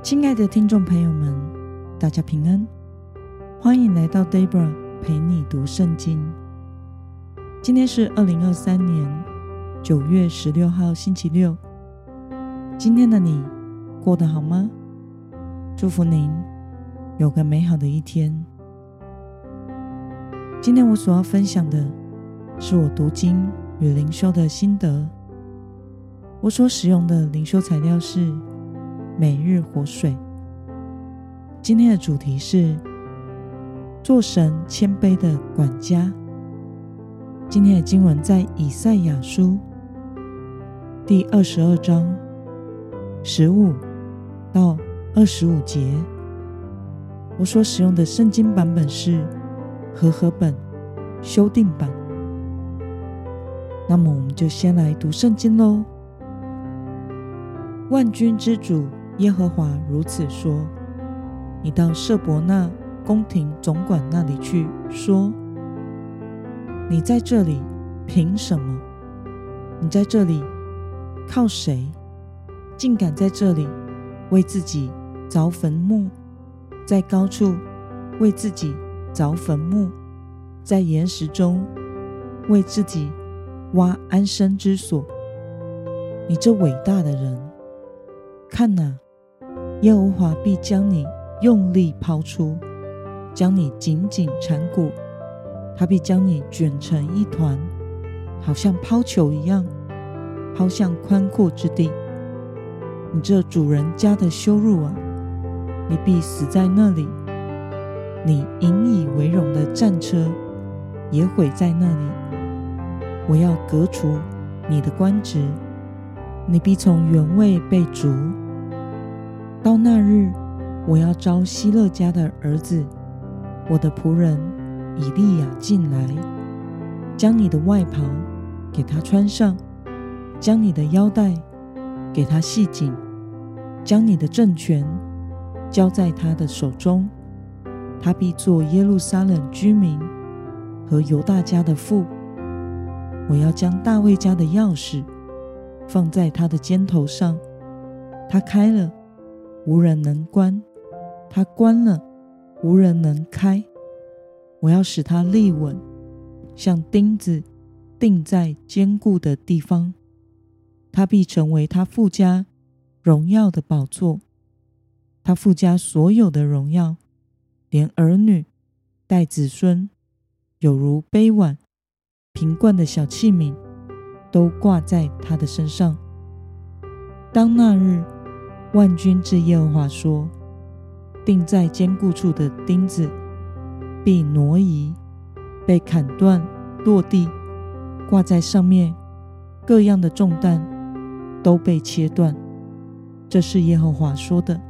亲爱的听众朋友们，大家平安，欢迎来到 Debra 陪你读圣经。今天是2023年9月16号星期六。今天的你过得好吗？祝福您有个美好的一天。今天我所要分享的是我读经与灵修的心得。我所使用的灵修材料是每日活水。今天的主题是做神谦卑的管家。今天的经文在以赛亚书第22章15到25节。我所使用的圣经版本是和合本修订版。那么我们就先来读圣经咯。万军之主耶和华如此说：你到舍伯那宫廷总管那里去，说：你在这里凭什么？你在这里靠谁？竟敢在这里为自己凿坟墓，在高处为自己凿坟墓，在岩石中为自己挖安身之所。你这伟大的人，看哪，耶和华必将你用力抛出，将你紧紧缠裹，他必将你卷成一团，好像抛球一样，抛向宽阔之地。你这主人家的羞辱啊，你必死在那里。你引以为荣的战车也毁在那里。我要革除你的官职，你必从原位被逐。到那日，我要召希勒家的儿子，我的仆人以利亚进来，将你的外袍给他穿上，将你的腰带给他系紧，将你的政权交在他的手中。他必做耶路撒冷居民和犹大家的父。我要将大卫家的钥匙放在他的肩头上，他开了，无人能关；他关了，无人能开。我要使他立稳，像钉子钉在坚固的地方。他必成为他父家荣耀的宝座，他父家所有的荣耀，连儿女带子孙，有如杯碗瓶罐的小器皿，都挂在他的身上。当那日，万军之耶和华说：钉在坚固处的钉子必挪移，被砍断落地，挂在上面各样的重担都被切断。这是耶和华说的。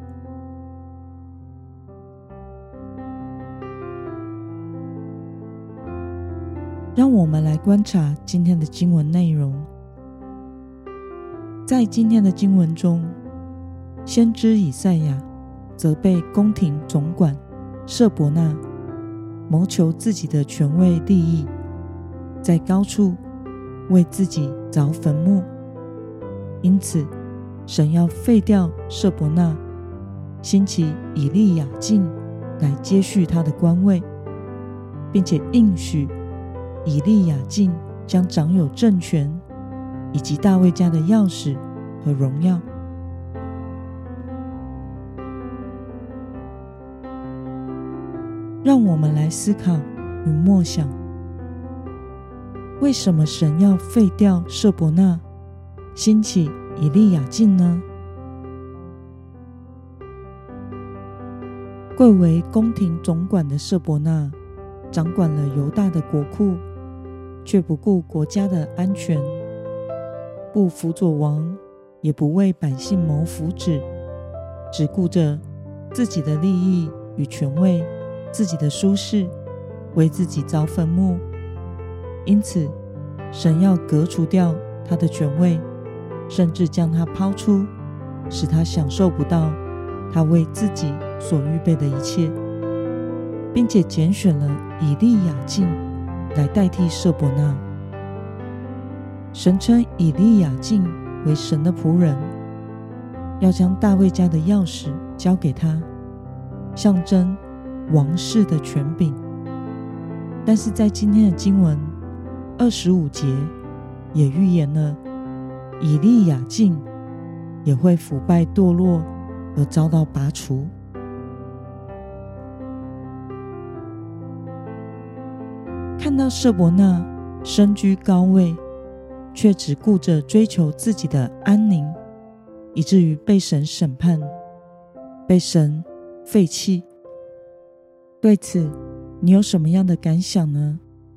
让我们来观察今天的经文内容。在今天的经文中，先知以赛亚责备宫廷总管舍伯那谋求自己的权位利益，在高处为自己凿坟墓。因此神要废掉舍伯那，兴起以利亚敬来接续他的官位，并且应许以利亚敬将掌有政权以及大卫家的钥匙和荣耀。让我们来思考与默想，为什么神要废掉舍伯那，兴起以利亚敬呢？贵为宫廷总管的舍伯那，掌管了犹大的国库，却不顾国家的安全，不辅佐王，也不为百姓谋福祉，只顾着自己的利益与权位，自己的舒适，为自己凿坟墓。因此神要革除掉他的权位，甚至将他抛出，使他享受不到他为自己所预备的一切，并且拣选了以利亚敬来代替舍伯那。神称以利亚敬为神的仆人，要将大卫家的钥匙交给他，象征王室的权柄。但是在今天的经文25节也预言了以利亚敬也会腐败堕落而遭到拔除。看到舍伯那身居高位，却只顾着追求自己的安宁，以至于被神审判，被神废弃。对此，你有什么样的感想呢？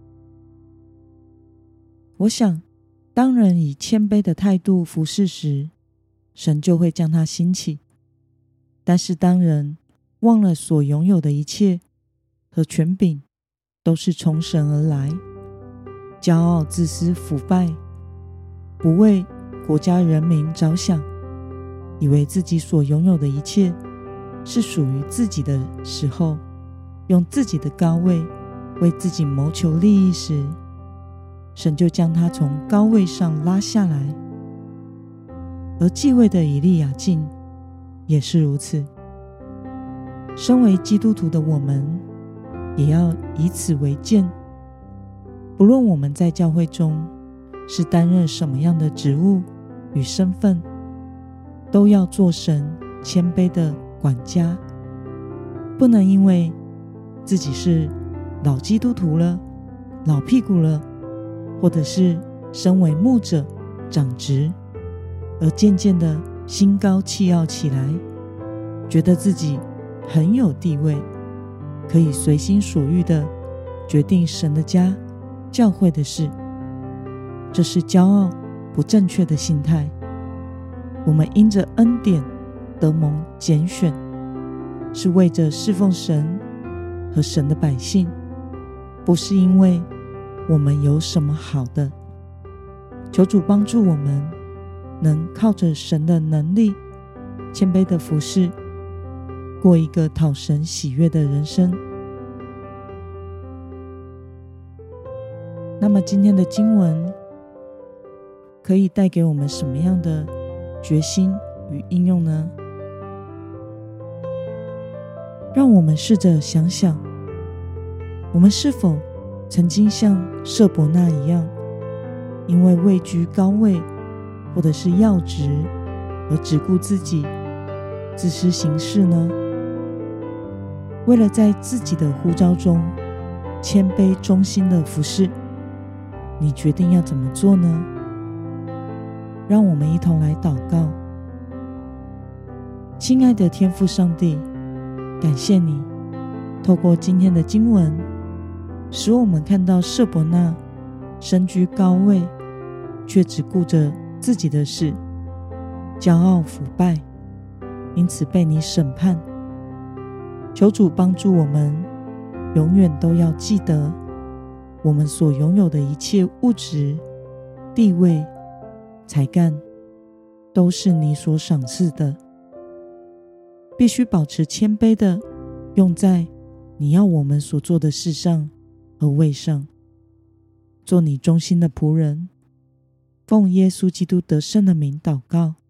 我想，当人以谦卑的态度服侍时，神就会将他兴起。但是当人忘了所拥有的一切和权柄都是从神而来，骄傲、自私、腐败，不为国家人民着想，以为自己所拥有的一切是属于自己的时候，用自己的高位为自己谋求利益时，神就将他从高位上拉下来。而继位的以利亚敬也是如此。身为基督徒的我们，也要以此为鉴，不论我们在教会中是担任什么样的职务与身份，都要做神谦卑的管家，不能因为自己是老基督徒了、老屁股了，或者是身为牧者、长职，而渐渐的心高气傲起来，觉得自己很有地位，可以随心所欲的决定神的家、教会的事。这是骄傲、不正确的心态。我们因着恩典得蒙拣选，是为着侍奉神和神的百姓，不是因为我们有什么好的。求主帮助我们能靠着神的能力，谦卑的服侍，过一个讨神喜悦的人生。那么今天的经文可以带给我们什么样的决心与应用呢？让我们试着想想，我们是否曾经像舍伯那一样，因为位居高位或者是要职而只顾自己，自私行事呢？为了在自己的呼召中谦卑忠心的服侍，你决定要怎么做呢？让我们一同来祷告。亲爱的天父上帝，感谢你透过今天的经文，使我们看到舍伯那身居高位，却只顾着自己的事，骄傲腐败，因此被你审判。求主帮助我们，永远都要记得，我们所拥有的一切物质、地位、才干，都是你所赏赐的。必须保持谦卑的用在你要我们所做的事上和位上，做你忠心的仆人。奉耶稣基督得胜的名祷告，